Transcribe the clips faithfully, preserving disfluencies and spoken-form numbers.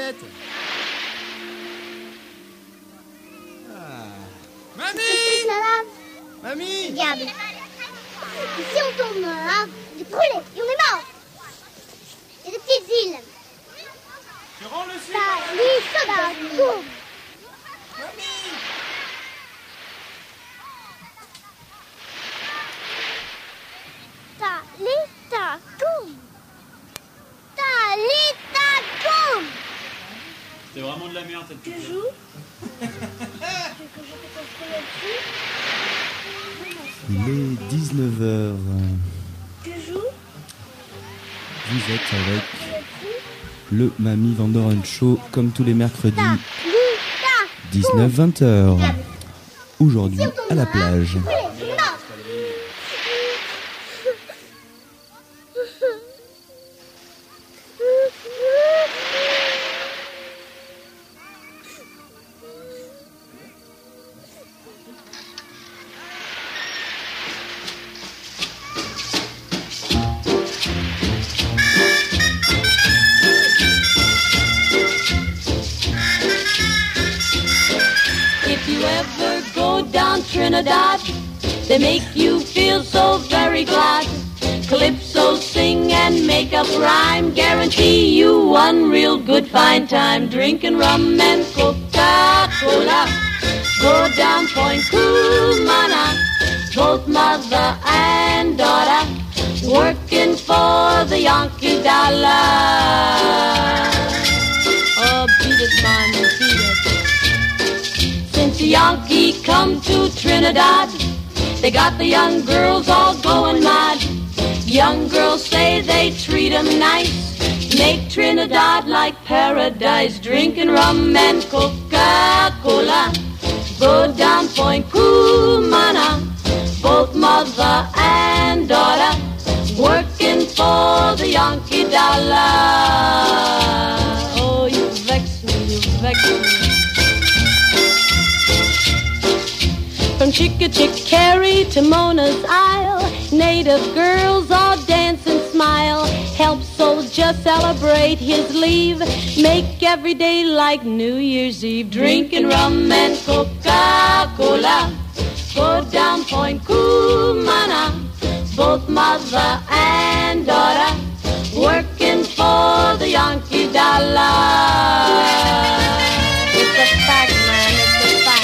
toilette. Ah. Mamie! Mamie! Regarde. Si on tombe dans la lave, on est brûlé et on est mort. Il y a des petites îles. Je rends le sucre. Salut, soda, coum. Mamie! Talita coum. Talita coum. C'était vraiment de la merde cette Tu pub. joues? Tu veux que je te construise là-dessus? Il est dix-neuf heures. Tu joues? Vous êtes avec le Mamie Van Doren Show, comme tous les mercredis, dix-neuf vingt heures. Aujourd'hui, à la plage. Trinidad, they make you feel so very glad. Calypso sing and make up rhyme, guarantee you one real good fine time. Drinking rum and Coca-Cola, go down Point Cumana, both mother and daughter, working for the Yankee dollar. Oh, beat it, man, beat it. Since the Yankee come to Trinidad, they got the young girls all going mad. Young girls say they treat 'em nice, make Trinidad like paradise. Drinking rum and Coca-Cola, go down Point Cumana, both mother and daughter, working for the Yankee dollar. Oh, you vex me, you vex me. From Chickachickarry to Mona's Isle, native girls all dance and smile. Help soldier celebrate his leave, make every day like New Year's Eve. Drinking rum and Coca-Cola, go down Point Cumana, both mother and daughter, working for the Yankee dollar. It's a fact, man, it's a fact.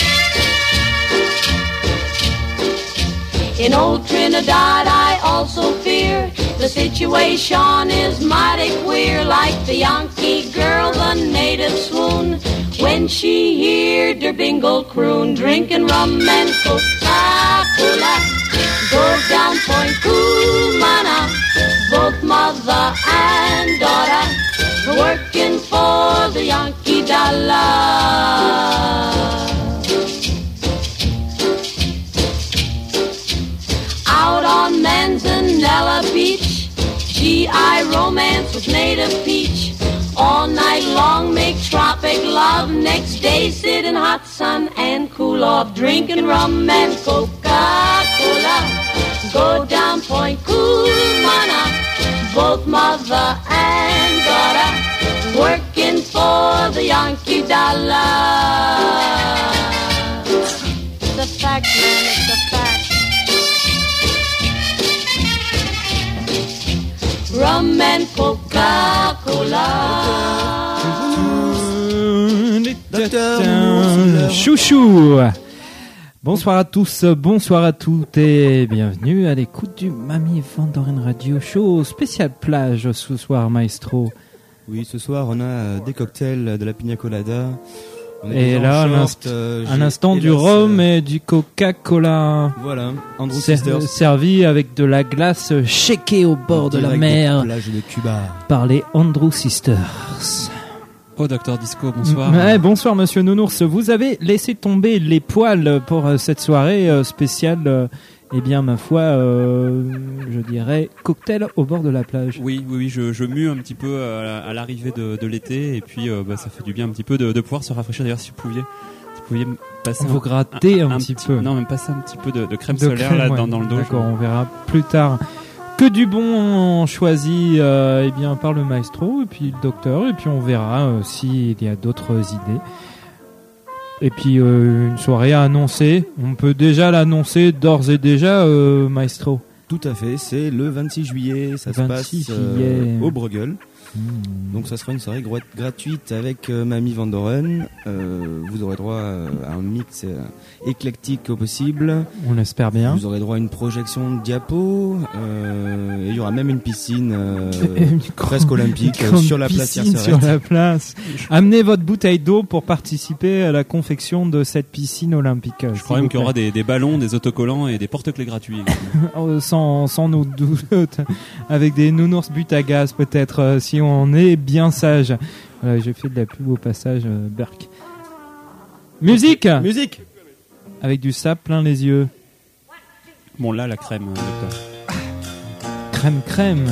In old Trinidad I also fear the situation is mighty queer. Like the Yankee girl, the native swoon when she heard her bingle croon. Drinking rum and Coca-Cola, go down Point Cumana, both mother and daughter, working for the Yankee dollar. Out on Manzanella Beach, G I romance with native peach. All night long make tropic love, next day sit in hot sun and cool off. Drinking rum and Coca-Cola, go down Point Cumana, both mother and daughter, working for the Yankee dollar. It's a fact, man, it's a fact. Rum and Coca-Cola. Chouchou. Bonsoir à tous, bonsoir à toutes et bienvenue à l'écoute du Mamie Van Doren Radio Show spécial plage ce soir, maestro. Oui, ce soir on a des cocktails, de la pina colada. Et là, un, inst- euh, un instant du rhum et du Coca-Cola. Voilà, Andrew Ser- Sisters. Servi avec de la glace shakée au bord de la mer. De plage de Cuba. Par les Andrew Sisters. Oh, Docteur Disco, bonsoir. Ouais, bonsoir, monsieur Nounours. Vous avez laissé tomber les poils pour euh, cette soirée euh, spéciale. Euh, eh bien, ma foi, euh, je dirais cocktail au bord de la plage. Oui, oui, oui, je, je mue un petit peu à, à l'arrivée de, de l'été et puis euh, bah, ça fait du bien un petit peu de, de pouvoir se rafraîchir. D'ailleurs, si vous pouviez, si vous pouviez passer vous un, gratter un, un, un petit petit peu. Non, même passer un petit peu de, de crème de solaire crème, là ouais. dans, dans le dos. D'accord, je... on verra plus tard. que du bon choisi euh, eh bien, par le maestro et puis le docteur, et puis on verra euh, s'il y a d'autres idées. Et puis euh, une soirée à annoncer, on peut déjà l'annoncer d'ores et déjà, euh, maestro. Tout à fait, c'est le vingt-six juillet, ça vingt-six se passe euh, juillet. au Bruegel. Mmh. Donc ça sera une soirée gro- gratuite avec euh, Mamie Van Doren. Euh, vous aurez droit euh, à un mix euh, éclectique au possible. On l'espère bien. Vous aurez droit à une projection de diapo. Euh, et il y aura même une piscine euh, Une presque grande- olympique une euh, grande sur la place piscine Tierceret. sur la place. Amenez votre bouteille d'eau pour participer à la confection de cette piscine olympique. Je crois même qu'il y aura des, des ballons, des autocollants et des porte-clés gratuits. Euh, sans, sans nous doute, avec des nounours but à gaz peut-être, euh, si on est bien sage. Voilà, j'ai fait de la pub au passage, euh, Berk. Musique Musique. avec du sable plein les yeux. Bon, là, la crème, euh, docteur. Crème crème.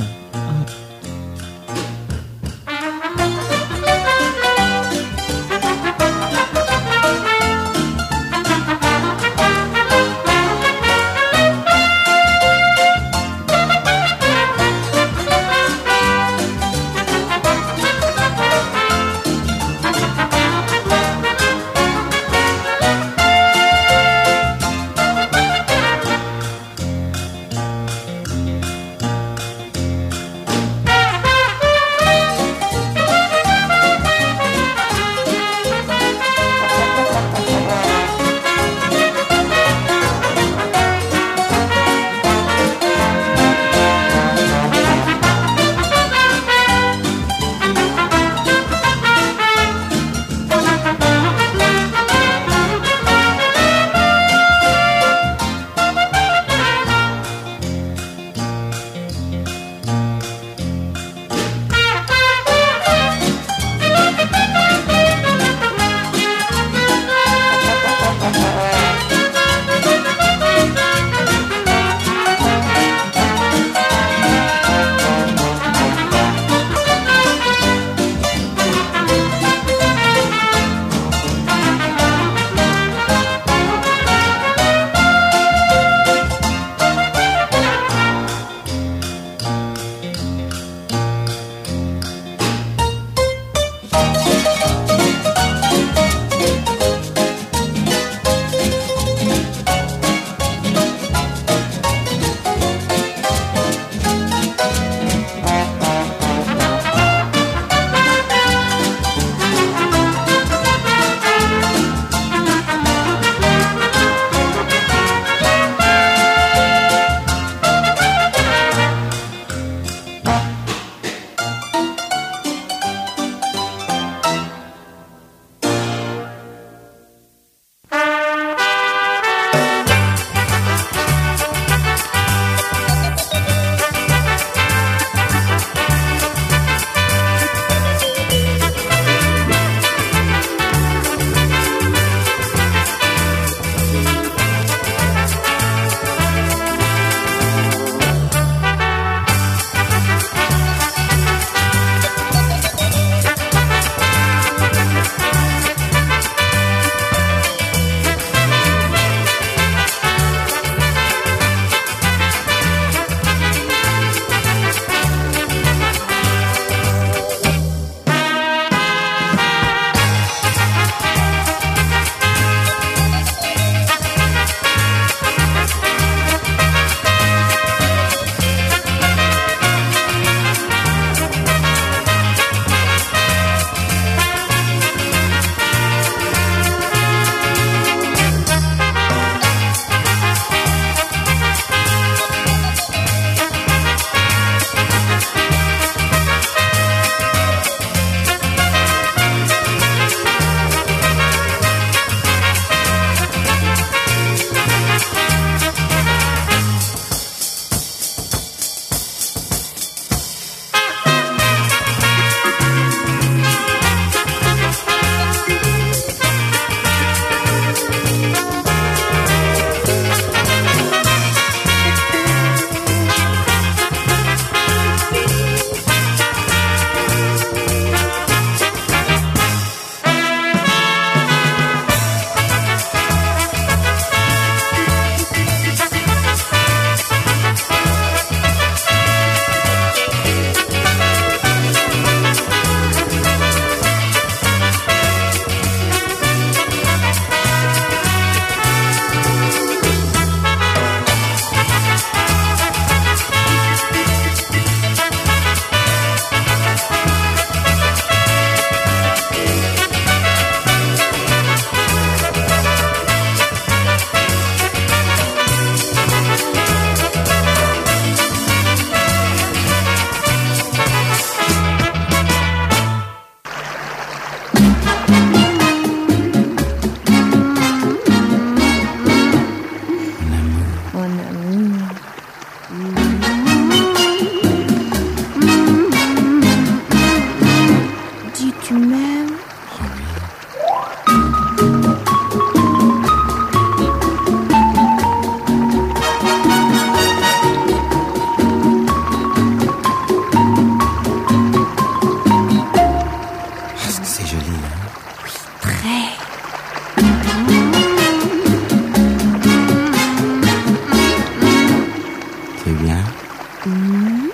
vrai. C'est bien. Mmh.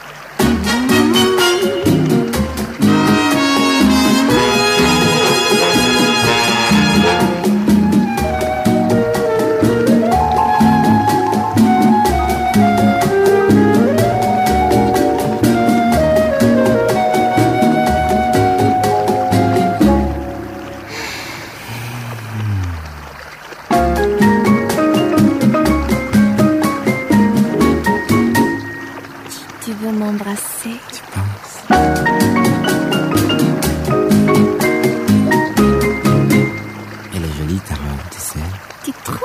Tu veux m'embrasser? Tu penses? Elle est jolie ta robe, tu sais. Tu trouves?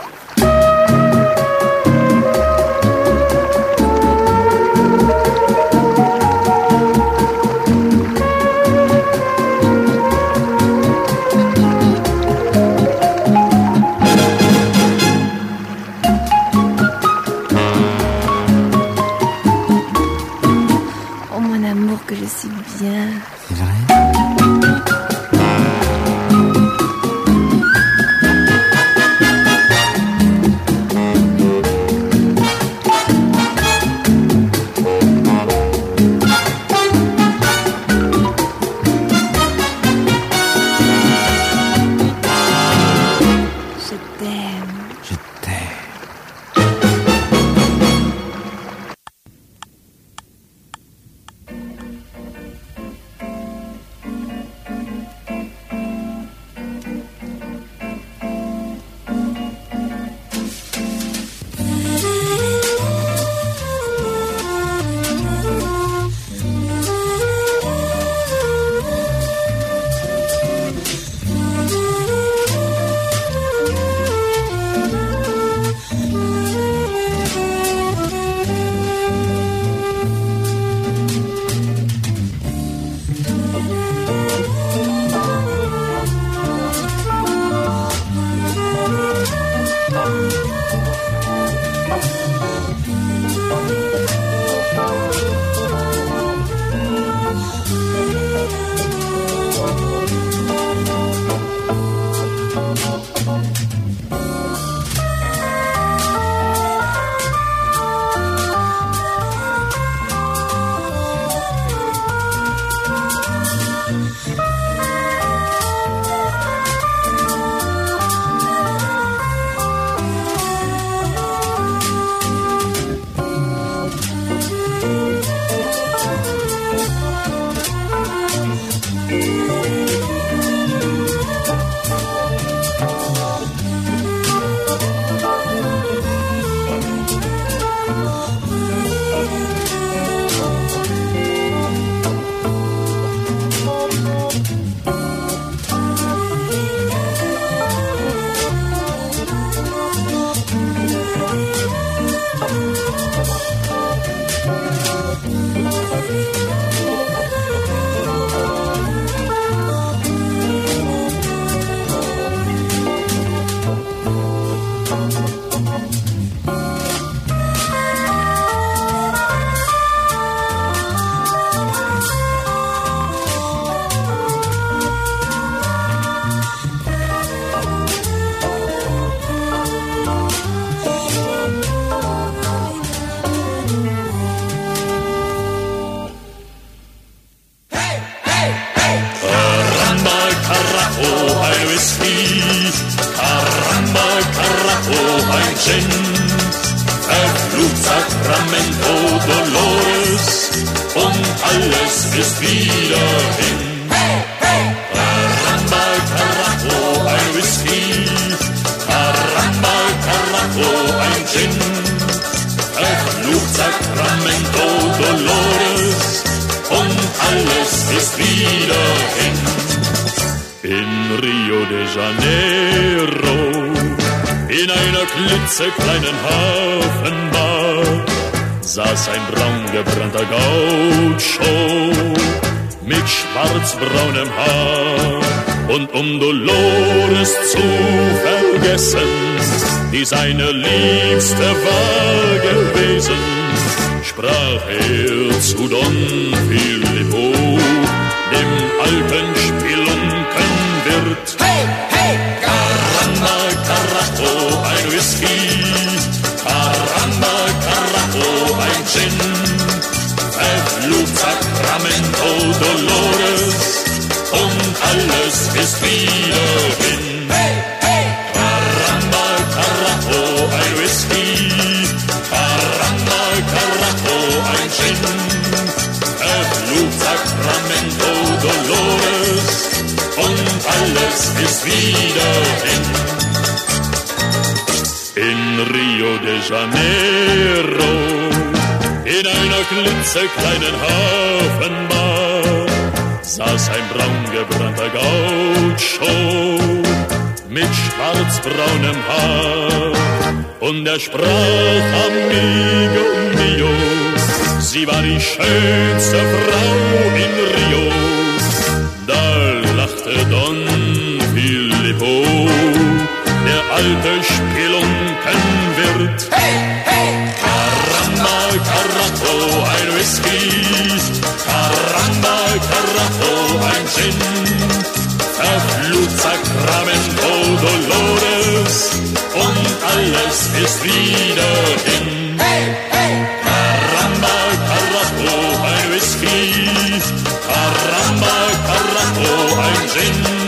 Oh mon amour, que je suis bien. C'est vrai? Je t'aime. Je t'aime. Gin, verflucht Sacramento Dolores und alles ist wieder hin. Caramba, Carajo, ein Whisky, Caramba, Carajo, ein Gin, verflucht Sacramento Dolores und alles ist wieder hin. In Rio de Janeiro, in einer klitzekleinen Hafenbar, saß ein braun gebrannter Gaucho mit schwarzbraunem Haar. Und um Dolores zu vergessen, die seine Liebste war gewesen, sprach er zu Don Filippo, dem alten Spelunkenwirt: wird. Hey, hey, Caramba, Carajo, ein Whisky. Caramba, Carajo, ein Gin. Verflucht Sacramento, Dolores. Und alles ist wieder hin. Hey, hey, Caramba, Carajo, ein Whisky. Caramba, Carajo, ein Gin. Verflucht Sacramento, Dolores. Und alles ist wieder hin. In Rio de Janeiro, in einer klitzekleinen Hafenbar, saß ein braungebrannter Gaucho mit schwarzbraunem Haar. Und er sprach, amigo mio, sie war die schönste Frau in Rio. Da lachte Don Filippo, der alte Spelunkenwirt. Hey, hey, Caramba, Carajo, ein Whisky. Caramba, Carajo, ein Gin. Verflucht Sacramento, Dolores. Und alles ist wieder hin. Hey, hey, Caramba, Carajo, ein Whisky. Caramba, Carajo, ein Gin.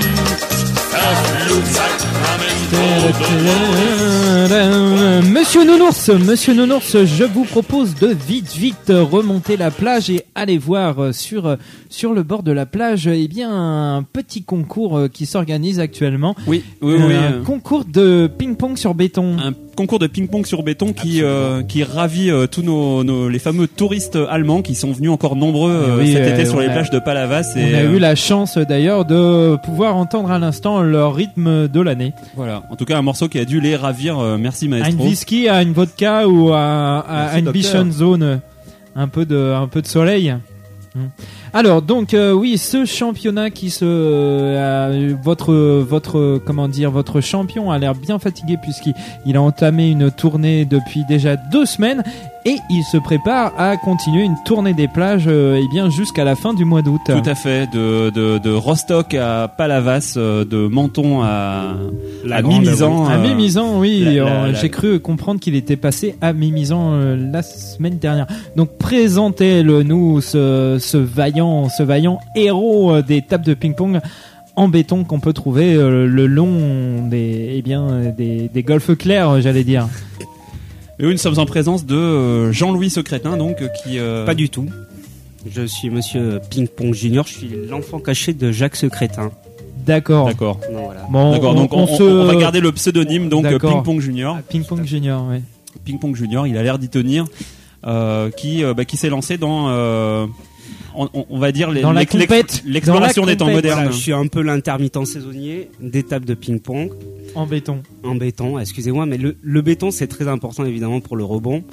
Monsieur Nounours, Monsieur Nounours, je vous propose de vite vite remonter la plage et aller voir sur sur le bord de la plage, eh bien un petit concours qui s'organise actuellement. Oui, oui, euh, oui. Un euh, concours de ping-pong sur béton. Un concours de ping-pong sur béton qui euh, qui ravit euh, tous nos, nos les fameux touristes allemands qui sont venus encore nombreux euh, oui, cet euh, été sur les a, plages de Palavas. On et, a euh, eu la chance d'ailleurs de pouvoir entendre à l'instant leur rythme de l'année. Voilà. En tout cas, un morceau qui a dû les ravir. Euh, merci maestro. À une whisky, à une vodka ou à, à, à une Bichon Zone, un peu de un peu de soleil. Alors donc euh, oui, ce championnat qui se euh, votre votre comment dire votre champion a l'air bien fatigué puisqu'il il a entamé une tournée depuis déjà deux semaines et il se prépare à continuer une tournée des plages euh, et bien jusqu'à la fin du mois d'août. Tout à fait, de de, de Rostock à Palavas, euh, de Menton à la à Mimizan. À Mimizan, oui, la, la, euh, la, j'ai cru comprendre qu'il était passé à Mimizan euh, la semaine dernière. Donc présentez-le nous ce ce vaillant ce vaillant héros des tables de ping-pong en béton qu'on peut trouver euh, le long des eh bien des des golfes clairs, j'allais dire. Et oui, nous sommes en présence de Jean-Louis Secrétin, donc qui. Euh... Pas du tout. Je suis Monsieur Ping Pong Junior. Je suis l'enfant caché de Jacques Secrétin. D'accord. D'accord. Non, voilà. Bon, D'accord. On, donc on, on, on, se... on va garder le pseudonyme, donc D'accord. Ping Pong Junior. Ah, Ping Pong Junior, oui. Ping Pong Junior, il a l'air d'y tenir. Euh, qui euh, bah, qui s'est lancé dans. Euh, On, on va dire les, dans la compète, l'exploration dans la des temps compète, modernes. Voilà, je suis un peu l'intermittent saisonnier des tables de ping-pong. En béton. En béton, excusez-moi, mais le, le béton c'est très important évidemment pour le rebond.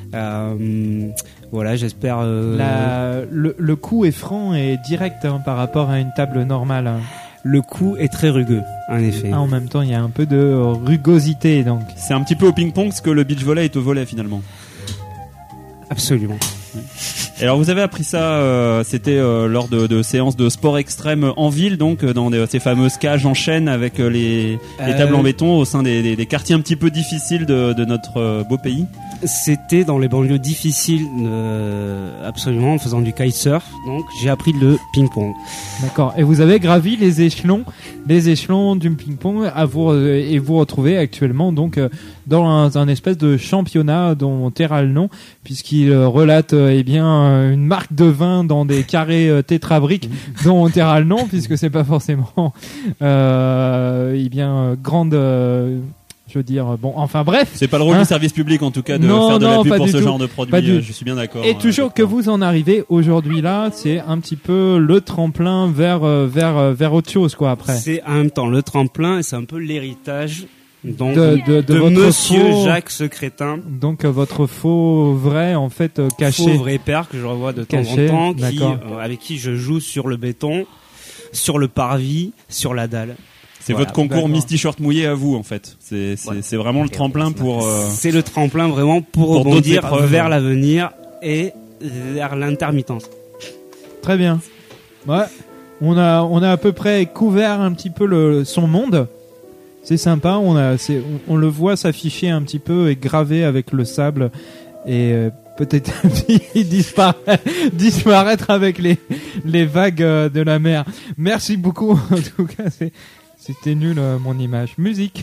Euh, voilà, j'espère. Euh... La, le, le coup est franc et direct hein, par rapport à une table normale. Hein. Le coup est très rugueux, en effet. Ah, en même temps, il y a un peu de rugosité, donc. C'est un petit peu au ping-pong ce que le beach volley est au volley finalement. Absolument. Et alors vous avez appris ça, euh, c'était euh, lors de, de séances de sport extrême en ville, donc euh, dans des, ces fameuses cages en chaîne avec euh, les, les tables euh... en béton au sein des, des, des quartiers un petit peu difficiles de, de notre euh, beau pays. C'était dans les banlieues difficiles, euh, absolument, en faisant du kitesurf. Donc j'ai appris le ping-pong. D'accord. Et vous avez gravi les échelons, les échelons du ping-pong à vous euh, et vous retrouvez actuellement donc euh, dans un, un espèce de championnat dont taira le nom, puisqu'il euh, relate euh, eh bien une marque de vin dans des carrés euh, tétrabriques dont on taira le nom, puisque c'est pas forcément euh, eh bien euh, grande. Euh, Je veux dire, bon, enfin bref. C'est pas le rôle hein du service public en tout cas de non, faire de non, la pub pour ce tout. genre de produit. Pas du... Je suis bien d'accord. Et toujours que vous en arrivez aujourd'hui là, c'est un petit peu le tremplin vers vers vers autre chose quoi après. C'est en même temps le tremplin et c'est un peu l'héritage donc de, de, de, de votre Monsieur faux, Jacques Secrétin. Donc euh, votre faux vrai en fait euh, caché. Faux vrai père que je revois de caché, temps en temps, qui, euh, avec qui je joue sur le béton, sur le parvis, sur la dalle. C'est voilà, votre concours d'accord. Miss T-shirt mouillé à vous en fait. C'est c'est, voilà. c'est vraiment le tremplin pour. Euh... C'est le tremplin vraiment pour, pour rebondir vers l'avenir et vers l'intermittence. Très bien. Ouais. On a, on a à peu près couvert un petit peu le, son monde. C'est sympa. On a, c'est, on, on le voit s'afficher un petit peu et gravé avec le sable et euh, peut-être disparaître, disparaître avec les, les vagues de la mer. Merci beaucoup. En tout cas, c'est, c'était nul euh, mon image. Musique.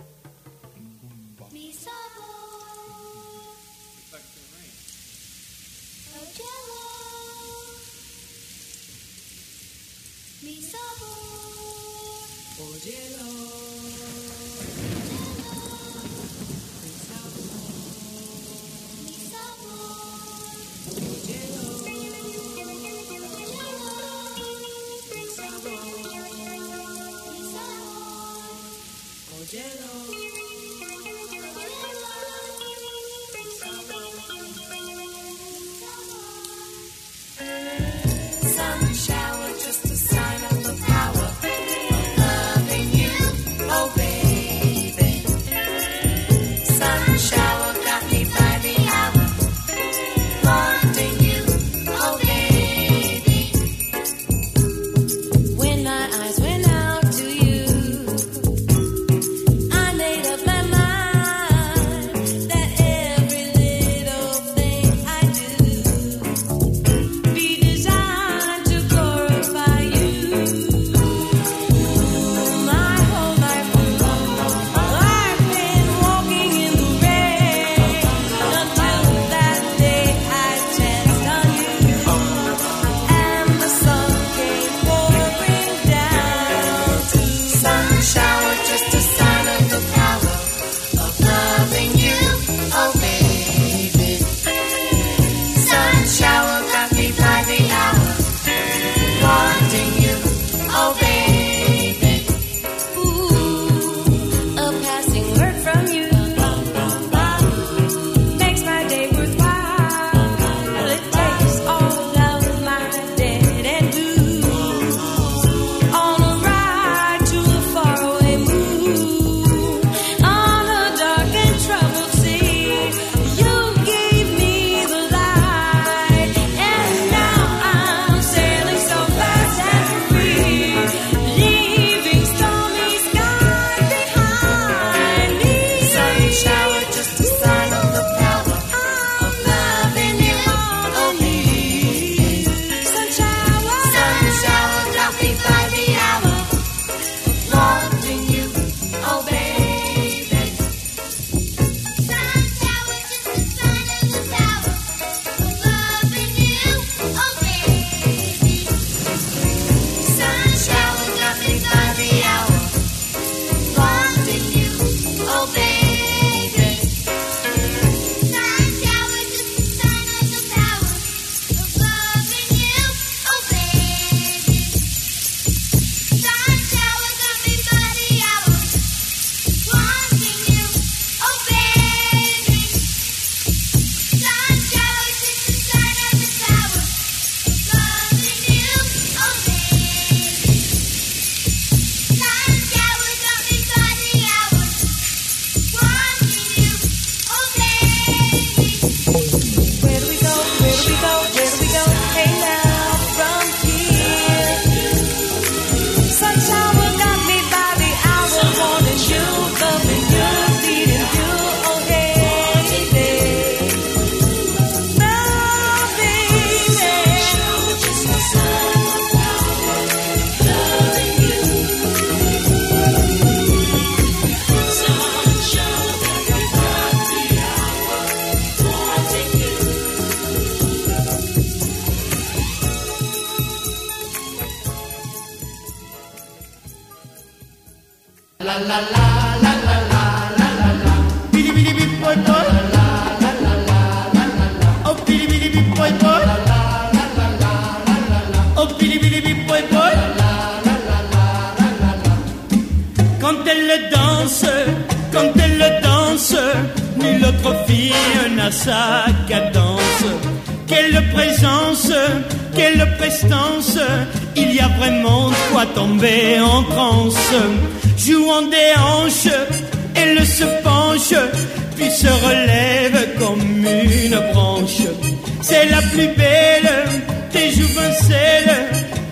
Quand elle danse, quand elle danse, nulle autre fille n'a sa cadence. Quelle présence, quelle prestance, il y a vraiment de quoi tomber en transe. Jouant des hanches, elle se penche, puis se relève comme une branche. C'est la plus belle des jouvencelles, tous les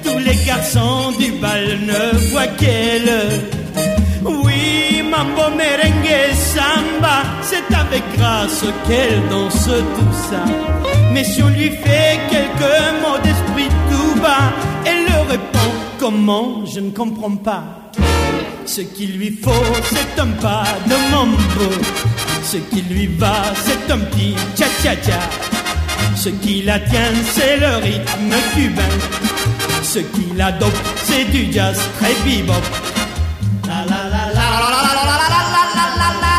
garçons du bal ne voient qu'elle. Oui, mambo, merengue, samba, c'est avec grâce qu'elle danse tout ça. Mais si on lui fait quelques mots d'esprit tout bas, elle le répond, comment, je ne comprends pas. Ce qu'il lui faut, c'est un pas de mambo. Ce qui lui va, c'est un petit cha-cha-cha. Ce qui la tient, c'est le rythme cubain. Ce qui la dope, c'est du jazz très bebop. La la la la la la la la la la la.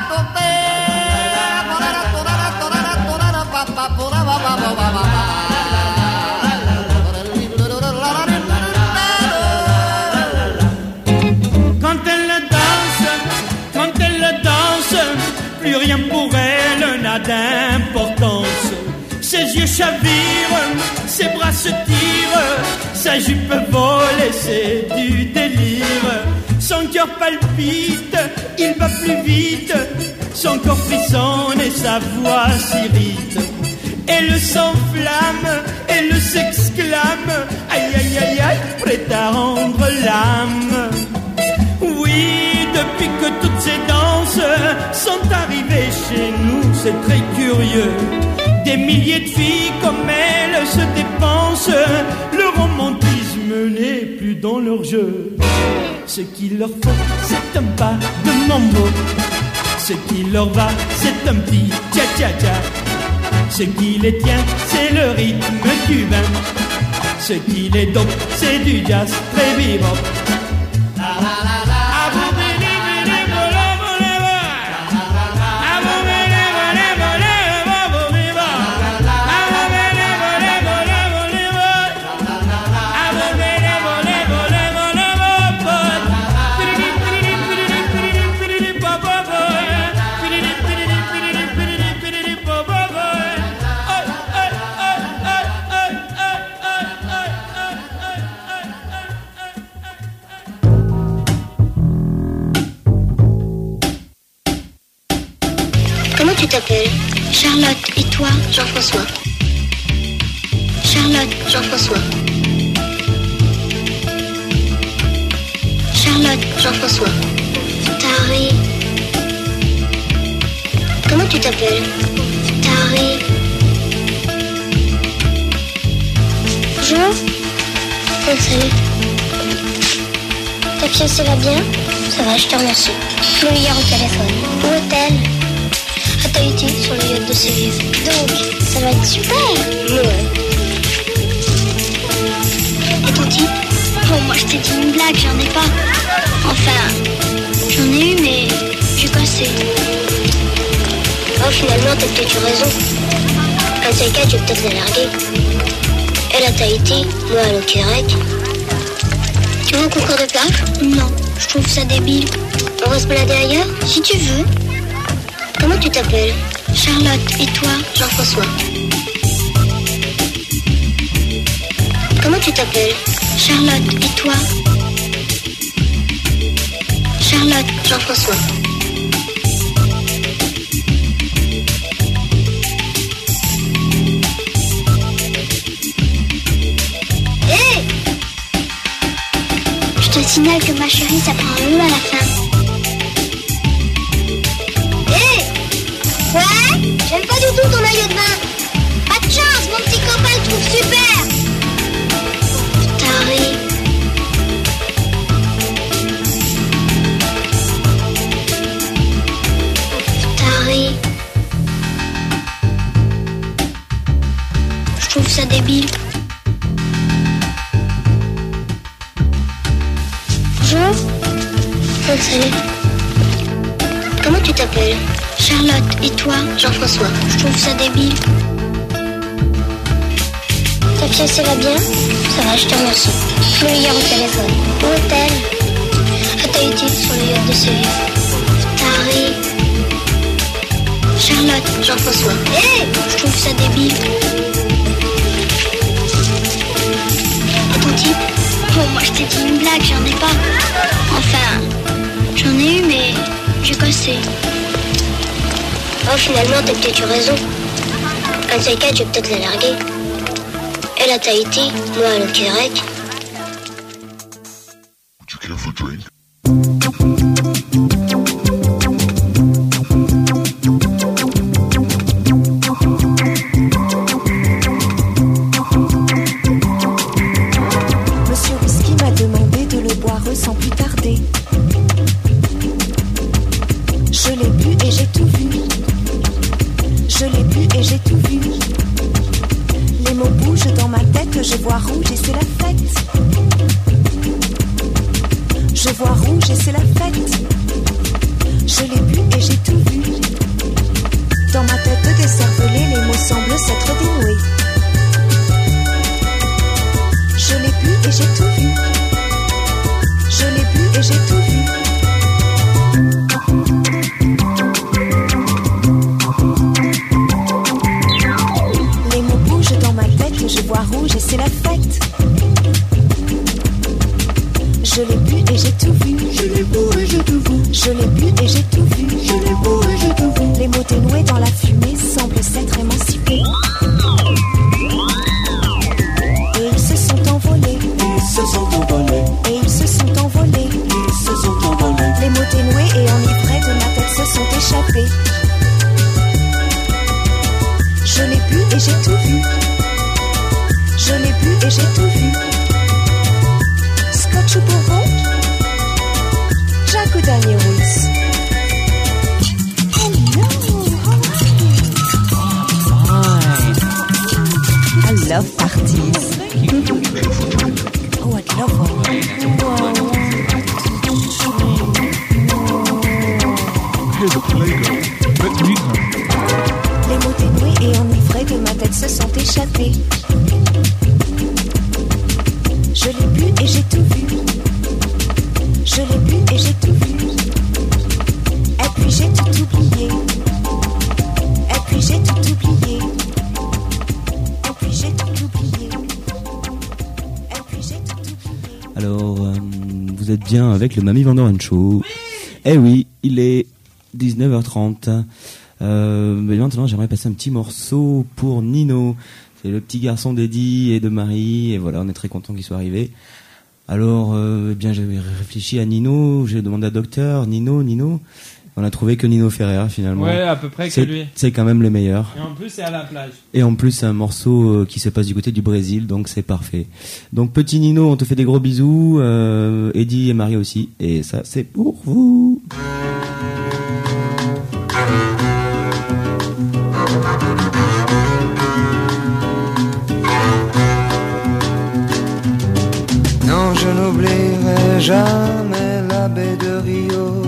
Quand elle danse, quand elle danse, plus rien pour elle n'a d'importance. Ses yeux chavirent, ses bras se tirent, sa jupe vole et c'est du délire. Son cœur palpite, il va plus vite, son corps frissonne et sa voix s'irrite. Elle s'enflamme, elle s'exclame, aïe aïe aïe aïe, prête à rendre l'âme. Oui, depuis que toutes ces danses sont arrivées chez nous, c'est très curieux. Des milliers de filles comme elle se dépensent, le romantisme n'est plus dans leur jeu. Ce qu'il leur faut, c'est un pas de mambo. Ce qui leur va, c'est un petit cha-cha-cha. Ce qui les tient, c'est le rythme cubain. Ce qui les dope, c'est du jazz très bebop. La la la la. Comment tu t'appelles? Charlotte. Et toi? Jean-François. Charlotte. Jean-François. Charlotte. Jean-François. Tari. Comment tu t'appelles? Tari. Bonjour. Oh, salut. Ta fiancée va bien? Ça va, je te remercie. Je l'ai eu hier au téléphone. Où est-elle? À Tahiti, sur le yacht de Séville. Donc, ça va être super. Ouais. Et ton type? Bon, moi je t'ai dit une blague, j'en ai pas. Enfin, j'en ai eu, mais j'ai cassé. Oh, finalement, t'as peut-être eu raison. Un de ces cas, tu peux peut-être la larguer. Elle à Tahiti, moi à l'Au Québec. Tu veux un concours de plage? Non, je trouve ça débile. On va se balader ailleurs? Si tu veux. Comment tu t'appelles? Charlotte. Et toi? Jean-François. Comment tu t'appelles? Charlotte. Et toi? Charlotte. Jean-François. Hé! Hey! Je te signale que ma chérie, ça prend un E à la fin. Ouais? J'aime pas du tout ton maillot de bain. Pas de chance, mon petit copain le trouve super. Tari. Tari. Je trouve ça débile. Bonjour. Oh, salut. Comment tu t'appelles? Charlotte. Et toi? Jean-François. Je trouve ça débile. Ta fiancée va bien? Ça va, je te remercie. Je l'ai eu hier au téléphone. Où est-elle? À Tahiti, sur le yacht de Séville. Tari. Charlotte. Jean-François. Hé! Hey! Je trouve ça débile. Et ton type? Bon, moi je t'ai dit une blague, j'en ai pas. Enfin, j'en ai eu, mais j'ai cassé. Oh, finalement, t'as peut-être eu raison. Un de ces cas, tu peux peut-être la larguer. Elle à Tahiti, moi à l'Au Québec. Monsieur Whisky m'a demandé de le boire sans plus tarder. Je l'ai bu et j'ai tout vu. Je l'ai bu et j'ai tout vu. Les mots bougent dans ma tête, je vois rouge et c'est la fête. Je vois rouge et c'est la fête. Je l'ai bu et j'ai tout vu. Dans ma tête décervelée, les mots semblent s'être dénoués. Je l'ai bu et j'ai tout vu. Je l'ai bu et j'ai tout vu. Les mots bougent dans ma tête, je vois rouge et c'est la fête. Je l'ai bu et j'ai tout vu. Je l'ai bu et j'ai tout vu. Je l'ai bu et j'ai tout vu. Je l'ai bu et j'ai tout vu. Les mots dénoués dans la fumée semblent s'être émancipés. Et ils se sont envolés. Ils se sont envolés. Et ils se sont envolés. Ils se sont envolés. Les mots dénoués et enivrés de ma tête se sont échappés. Je l'ai bu et j'ai tout vu. Je l'ai bu et j'ai tout vu. Scotch ou Bourbon, Jack ou Daniels. Hello, how are you? I love parties. Oh, I love them. Here's a playground. Let's meet her. Les mots dénoués et enivrés de ma tête se sont échappés. Je l'ai bu et j'ai tout vu. Je l'ai bu et j'ai tout vu. Et puis j'ai tout oublié. Et puis j'ai tout oublié. Et puis j'ai tout oublié. Et puis j'ai tout oublié. Alors, euh, vous êtes bien avec le Mamie Van Doren Show. Oui. Eh oui, il est dix-neuf heures trente. Euh, mais maintenant, j'aimerais passer un petit morceau pour Nino. C'est le petit garçon d'Eddie et de Marie. Et voilà, on est très content qu'il soit arrivé. Alors, euh, eh bien, j'avais réfléchi à Nino. J'ai demandé à Docteur, Nino, Nino. On a trouvé que Nino Ferrer, finalement. Ouais, à peu près que c'est, lui. C'est quand même le meilleur. Et en plus, c'est à la plage. Et en plus, c'est un morceau qui se passe du côté du Brésil, donc c'est parfait. Donc, petit Nino, on te fait des gros bisous. Euh, Eddie et Marie aussi. Et ça, c'est pour vous. Non, je n'oublierai jamais la baie de Rio,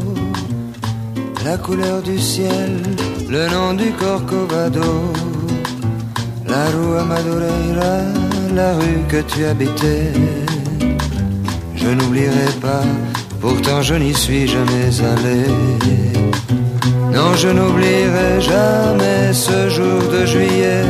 la couleur du ciel, le nom du Corcovado, la rue Madureira, la rue que tu habitais. Je n'oublierai pas, pourtant je n'y suis jamais allé. Non, je n'oublierai jamais ce jour de juillet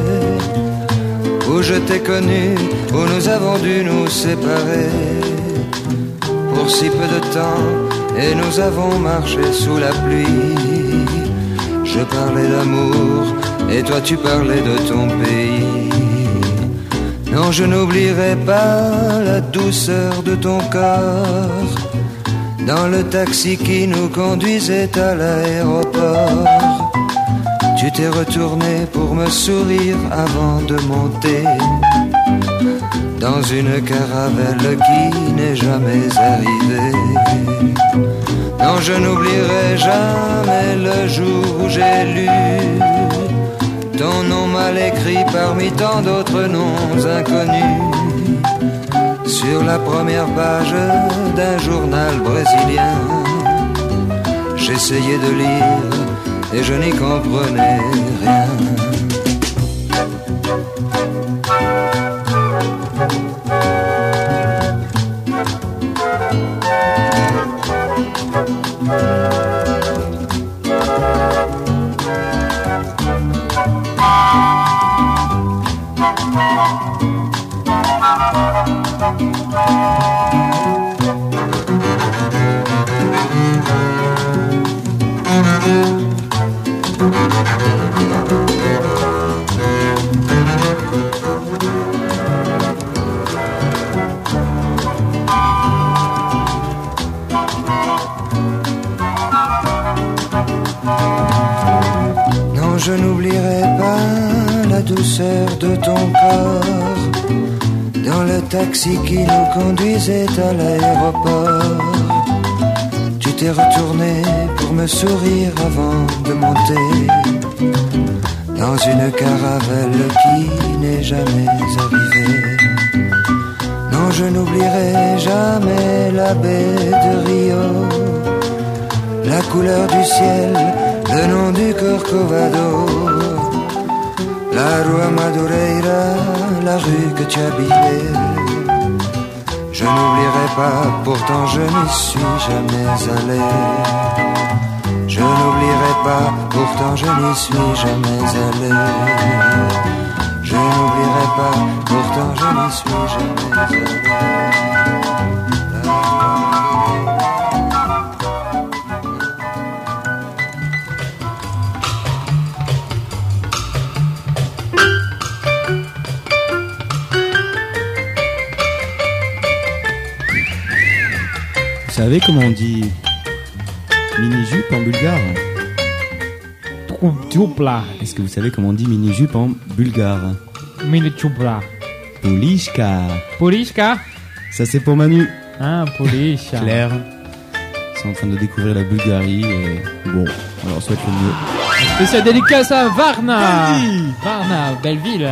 où je t'ai connu, où nous avons dû nous séparer pour si peu de temps, et nous avons marché sous la pluie. Je parlais d'amour, et toi tu parlais de ton pays. Non, je n'oublierai pas la douceur de ton corps dans le taxi qui nous conduisait à l'aéroport. Tu t'es retourné pour me sourire avant de monter dans une caravelle qui n'est jamais arrivée. Non, je n'oublierai jamais le jour où j'ai lu ton nom mal écrit parmi tant d'autres noms inconnus sur la première page d'un journal brésilien. J'essayais de lire et je n'y comprenais rien. je n'oublierai pas la douceur de ton corps dans le taxi qui nous conduisait à l'aéroport. Tu t'es retourné pour me sourire avant de monter dans une caravelle qui n'est jamais arrivée. Non, je n'oublierai jamais la baie de Rio, la couleur du ciel, le nom du Corcovado, la rue Madureira, la rue que tu habitais. Je n'oublierai pas, pourtant je n'y suis jamais allé. Je n'oublierai pas, pourtant je n'y suis jamais allé. Je n'oublierai pas, pourtant je n'y suis jamais allé. Vous savez comment on dit mini-jupe en bulgare? Est-ce que vous savez comment on dit mini-jupe en bulgare? Mini-chupla. Polishka. Polishka. Ça c'est pour Manu. Ah, Polishka. Claire. Ils sont en train de découvrir la Bulgarie et bon, on leur souhaite le mieux. Spécial dédicace à Varna. Varna, belle ville.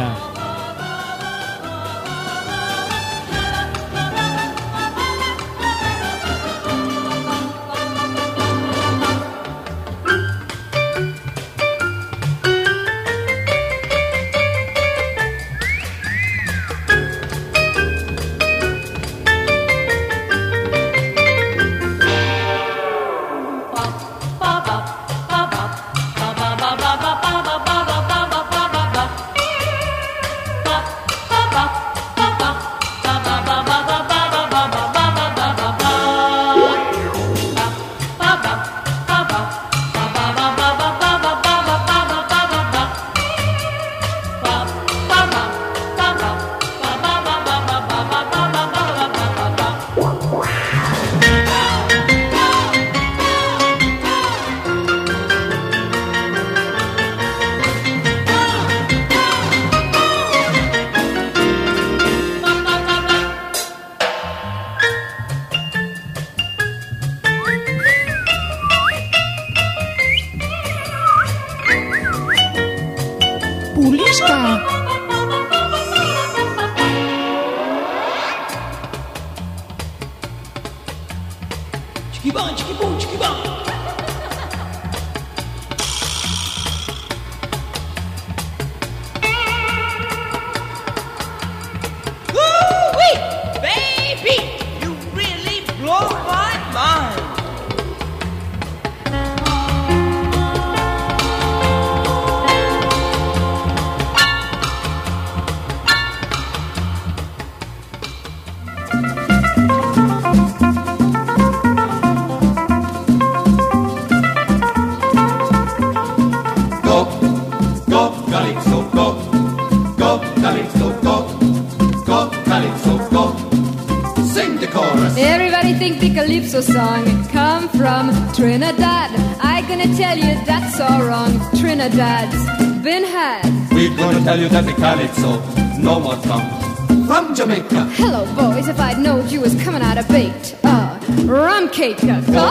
Calypso song come from Trinidad. I gonna tell you that's all wrong. Trinidad's been had. We're gonna tell you that the Calypso no more comes from Jamaica. Hello boys, if I'd known you was coming out of baked uh, rum cake. Go, go,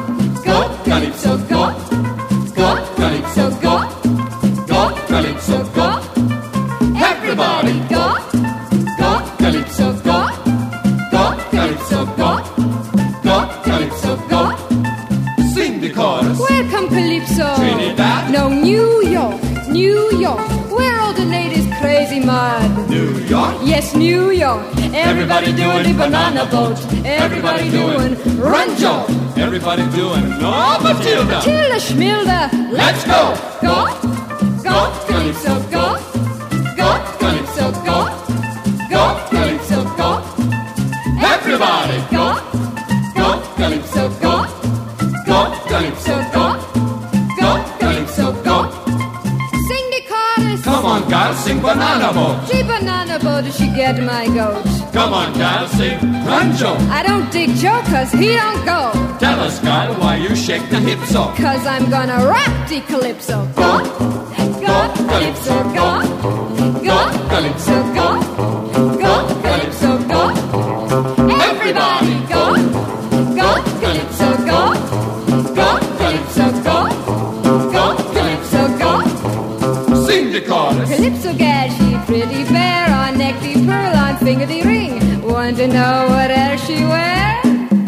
go, Calypso, go, go, Calypso, go, go, Calypso, go. Everybody go, go, Calypso, go, go, Calypso, go. Welcome Calypso, Trinidad. No, New York, New York, where all the natives crazy mad. New York? Yes, New York. Everybody, everybody doing the banana boat. Everybody, everybody doing Ranjo. Everybody doing no Matilda. Matilda Schmilda. Let's go. Go, go, Calypso, go. Go, Calypso, go. Go, Calypso, go. Everybody go. Go, Calypso, go. Go, Calypso, go. Go, Calypso, go. Sing the chorus. Come on, gal, sing Banana Boat. She banana boat, she get my goat. Come on, gal, sing Ranjo. I don't dig Joe, cause he don't go. Tell us, gal, why you shake the hips up. Cause I'm gonna rock the Calypso. Go, go. go, calypso, go, go, calypso, go, go, calypso, go. Everybody go, go, calypso, go, go, calypso, go, go, calypso, go. Sing the chorus. Calypso gal, she pretty fair, on neck the pearl, on finger the ring. Want to know what else she wear?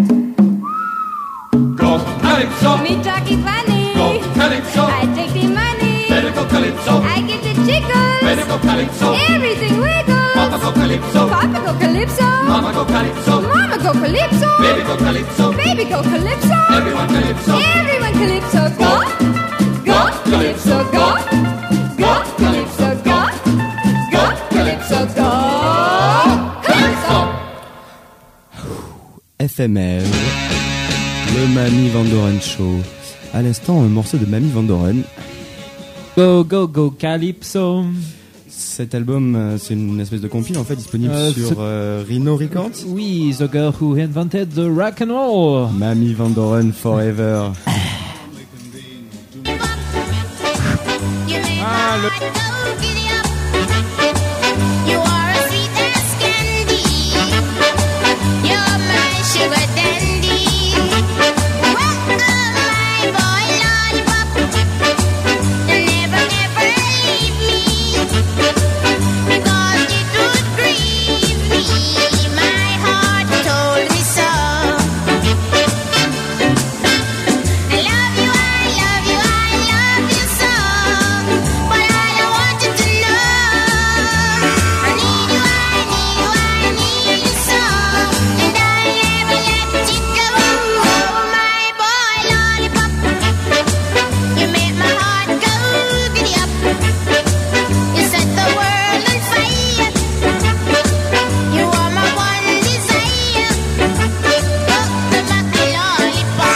Go calypso. Me talky funny. Go calypso. I take the money. Better go calypso. I get the jiggles. Better go calypso. Everything wiggles. Papa go calypso. Papa go calypso. Mama go calypso. Mama go calypso. Baby go calypso. Baby go calypso. Everyone calypso. Everyone calypso. Go. Go calypso. Go. Go calypso. Go. Go calypso. Go. Calypso. F M R, le Mamie Van Doren Show. À l'instant, un morceau de Mamie Van Doren. Go, go, go, Calypso. Cet album, euh, c'est une espèce de compil en fait disponible Euh, sur ce- euh, Rhino Records. Oui, the girl who invented the rock and roll. Mamie Van Doren Forever. Ah, le... You are as sweet as candy. You're my sugar dandy. Well, my boy lollipop. Never, never leave me. Because it would grieve me. My heart told me so. I love you, I love you, I love you so. But I don't want you to know. I need you, I need you, I need you so. And I never let you go. Oh, my boy lollipop. You make my heart go giddy up. You set the world on fire. You are my one desire. Oh, the my lollipop.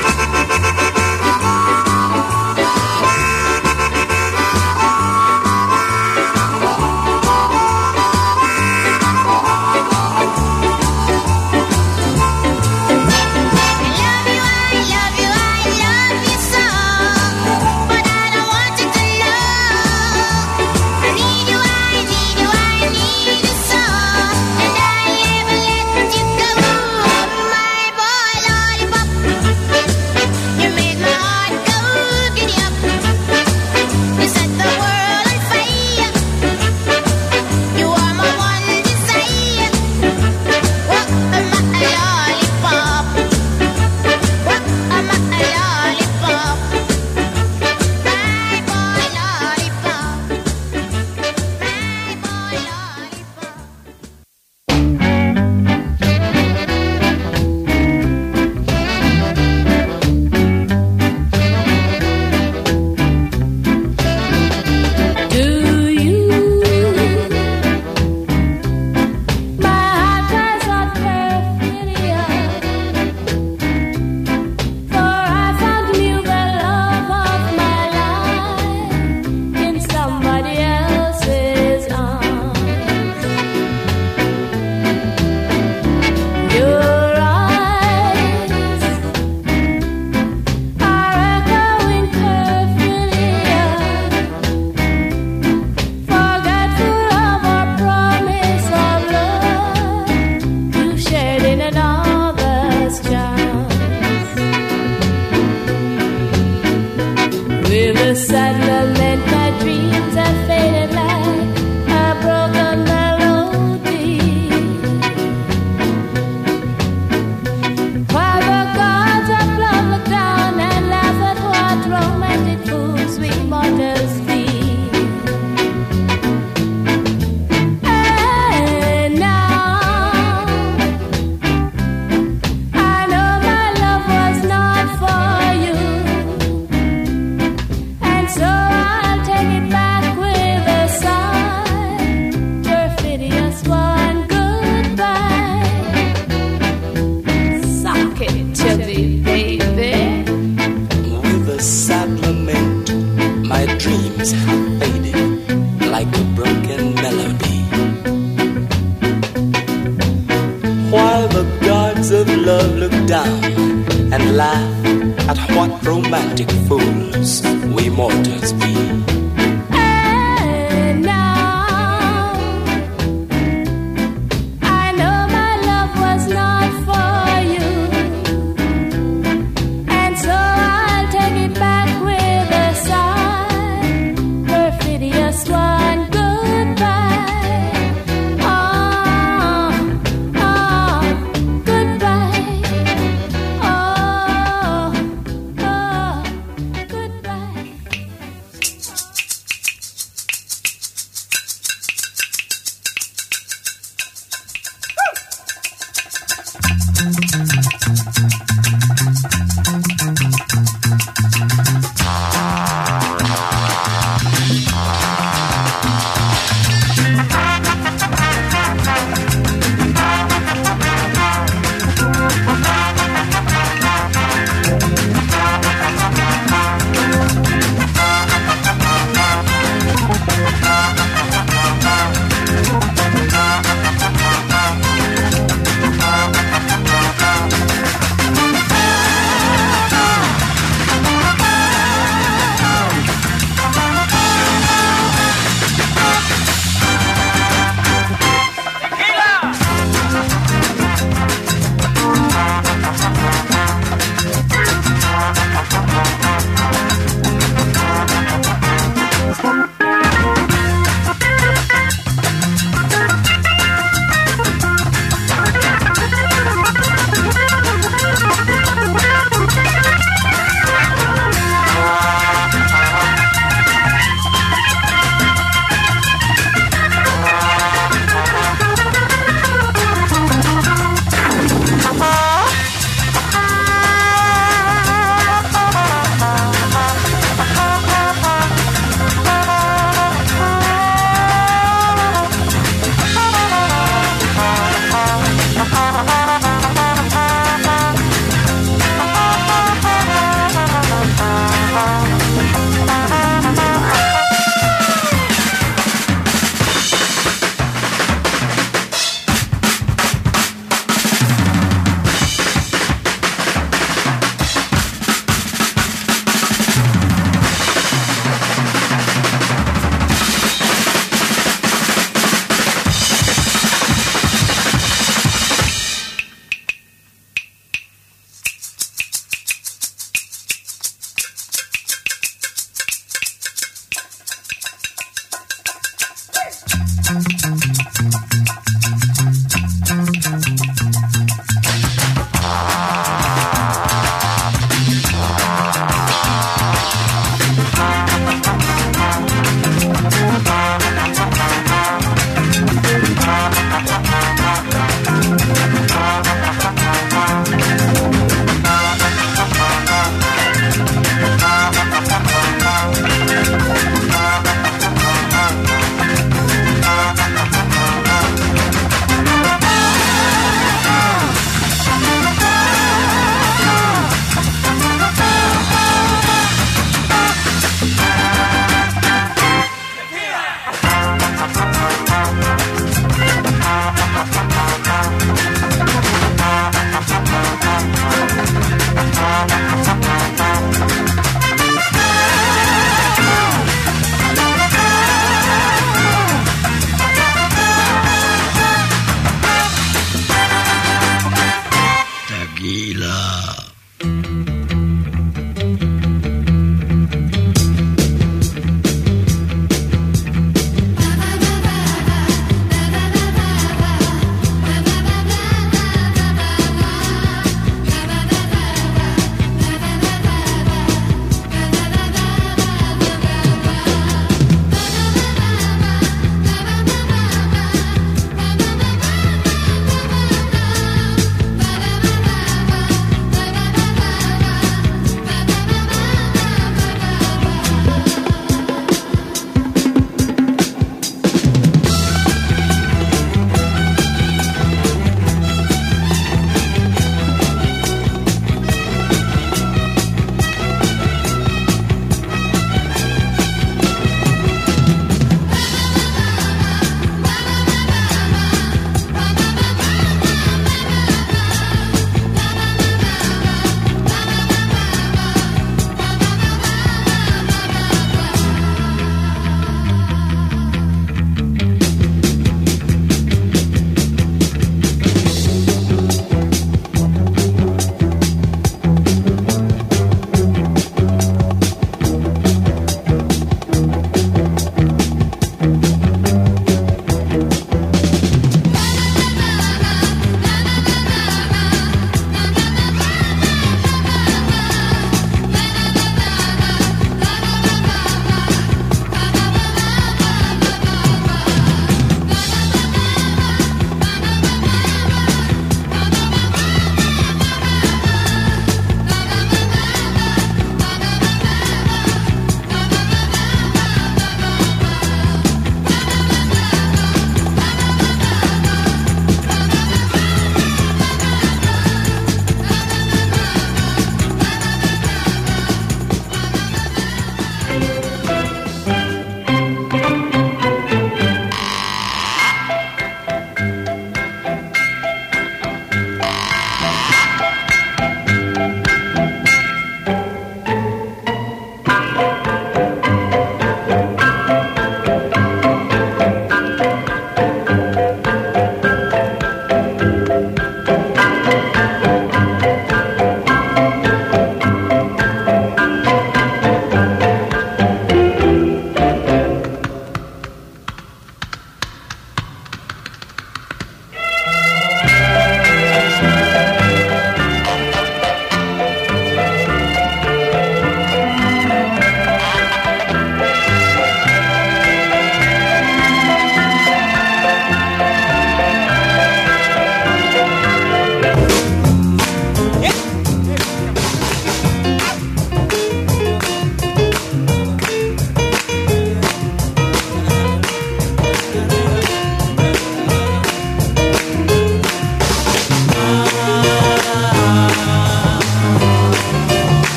love look down and laugh at what romantic fools we mortals be.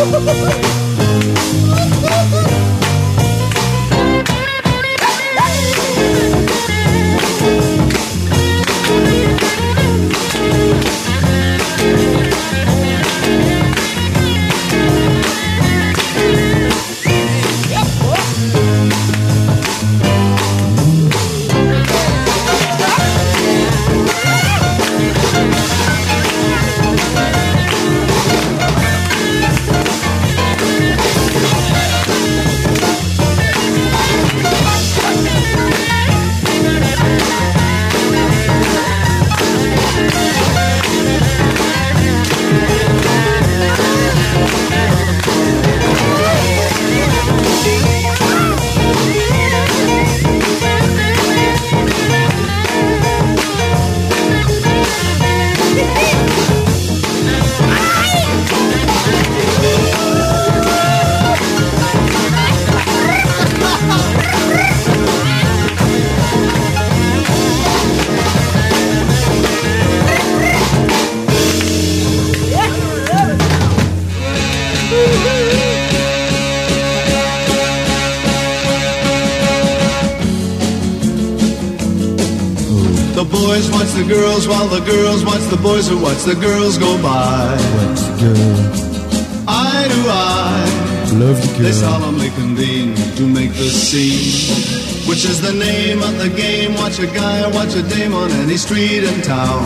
The boys watch the girls while the girls watch the boys who watch the girls go by. Watch the girl. Eye to eye. Love the girl. They solemnly convene to make the scene. Which is the name of the game. Watch a guy or watch a dame on any street in town.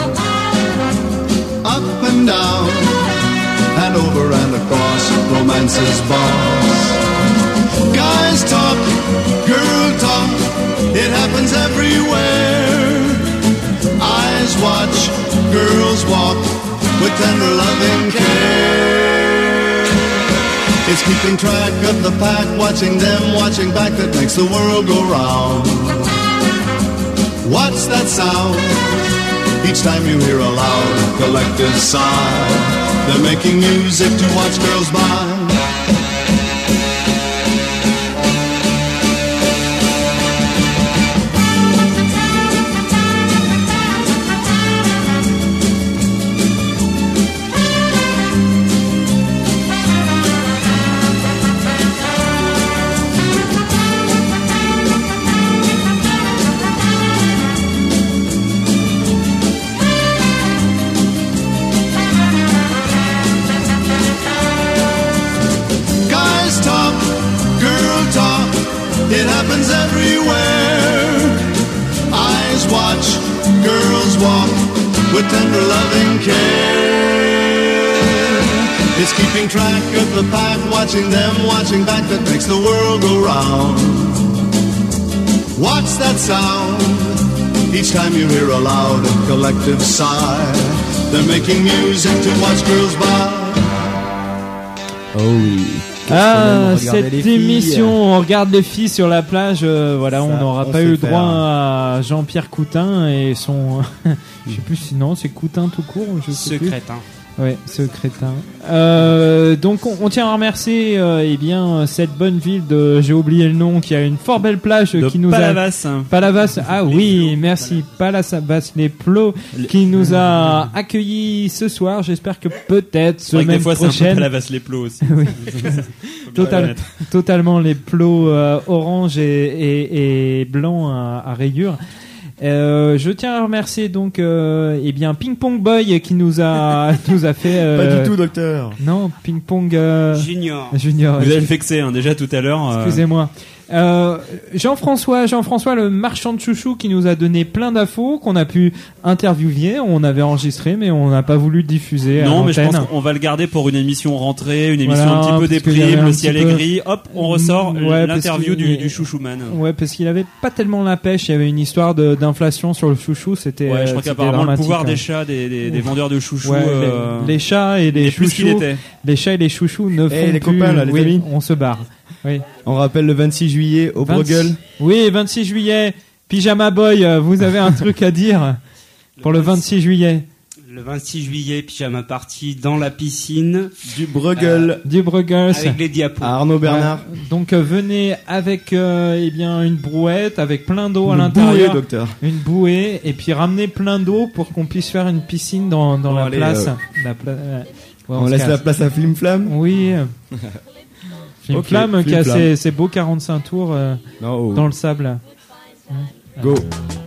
Up and down. And over and across. Romance's boss. Guys talk. Girl talk. It happens everywhere. Eyes watch, girls walk with tender loving care. It's keeping track of the pack, watching them, watching back that makes the world go round. What's that sound? Each time you hear a loud collective sigh. They're making music to watch girls by. It happens everywhere. Eyes watch, girls walk with tender loving care. It's keeping track of the pack, watching them, watching back that makes the world go round. What's that sound? Each time you hear a loud collective sigh. They're making music to watch girls by. Oh oui. Ah, cette émission, on regarde les filles sur la plage. Euh, voilà, ça, on n'aura pas eu le droit à Jean-Pierre Coutin et son. Je sais plus si non, c'est Coutin tout court. Je sais Ce plus. crétin. Ouais, ce crétin. Euh, donc on, on tient à remercier euh, eh bien cette bonne ville de, j'ai oublié le nom, qui a une fort belle plage de qui nous Palavas. a Palavas. Ah oui, merci Palavas les Plots qui nous a accueillis ce soir. J'espère que peut-être semaine des fois, prochaine. c'est un peu Palavas les Plots aussi. Oui. Total, totalement les plots euh, orange et, et, et blanc à, à rayures. Euh, je tiens à remercier donc euh, eh bien Ping Pong Boy qui nous a nous a fait euh, pas du tout docteur. Non, Ping Pong euh, Junior. Junior. Vous avez vexé hein, déjà tout à l'heure. Euh... Excusez-moi. Euh, Jean-François, Jean-François le marchand de chouchous qui nous a donné plein d'infos qu'on a pu interviewer, on avait enregistré mais on n'a pas voulu diffuser. Non, à mais je l'antenne. pense qu'on va le garder pour une émission rentrée, une émission Voilà, un petit peu parce qu'il y avait déprime, un le petit ciel est peu- gris. Hop, on ressort Ouais, l'interview parce qu'il- du, du chouchouman. Ouais, parce qu'il avait pas tellement la pêche. Il y avait une histoire de, d'inflation sur le chouchou. C'était. Ouais, je euh, crois c'était qu'apparemment le dramatique, pouvoir hein. des chats, des, des, des vendeurs de chouchous. Ouais, euh, les, les chats et les est plus qu'il chouchous. était. Les chats et les chouchous ne Eh, font les plus. copains, là, les oui, amis. on se barre. Oui. On rappelle le vingt-six juillet au vingt-six Bruegel. Oui, vingt-six juillet. Pyjama Boy, euh, vous avez un truc à dire pour le vingt-six juillet. Le vingt-six juillet, pyjama party dans la piscine. Du Bruegel. Du Bruegel. Avec les diapos. À Arnaud Bernard. Ouais. Donc euh, venez avec euh, eh bien une brouette avec plein d'eau à Une l'intérieur, bouée, docteur. une bouée et puis ramenez plein d'eau pour qu'on puisse faire une piscine dans dans Bon, la allez, place. euh, La pla- euh, Ouais, on se laisse casse. la place à Flim Flam. Oui. Flim Ok, Flam qui Flim a Flam. ses, ses beaux quarante-cinq tours euh, Non, oh. dans le sable. Mmh. Go. Ah.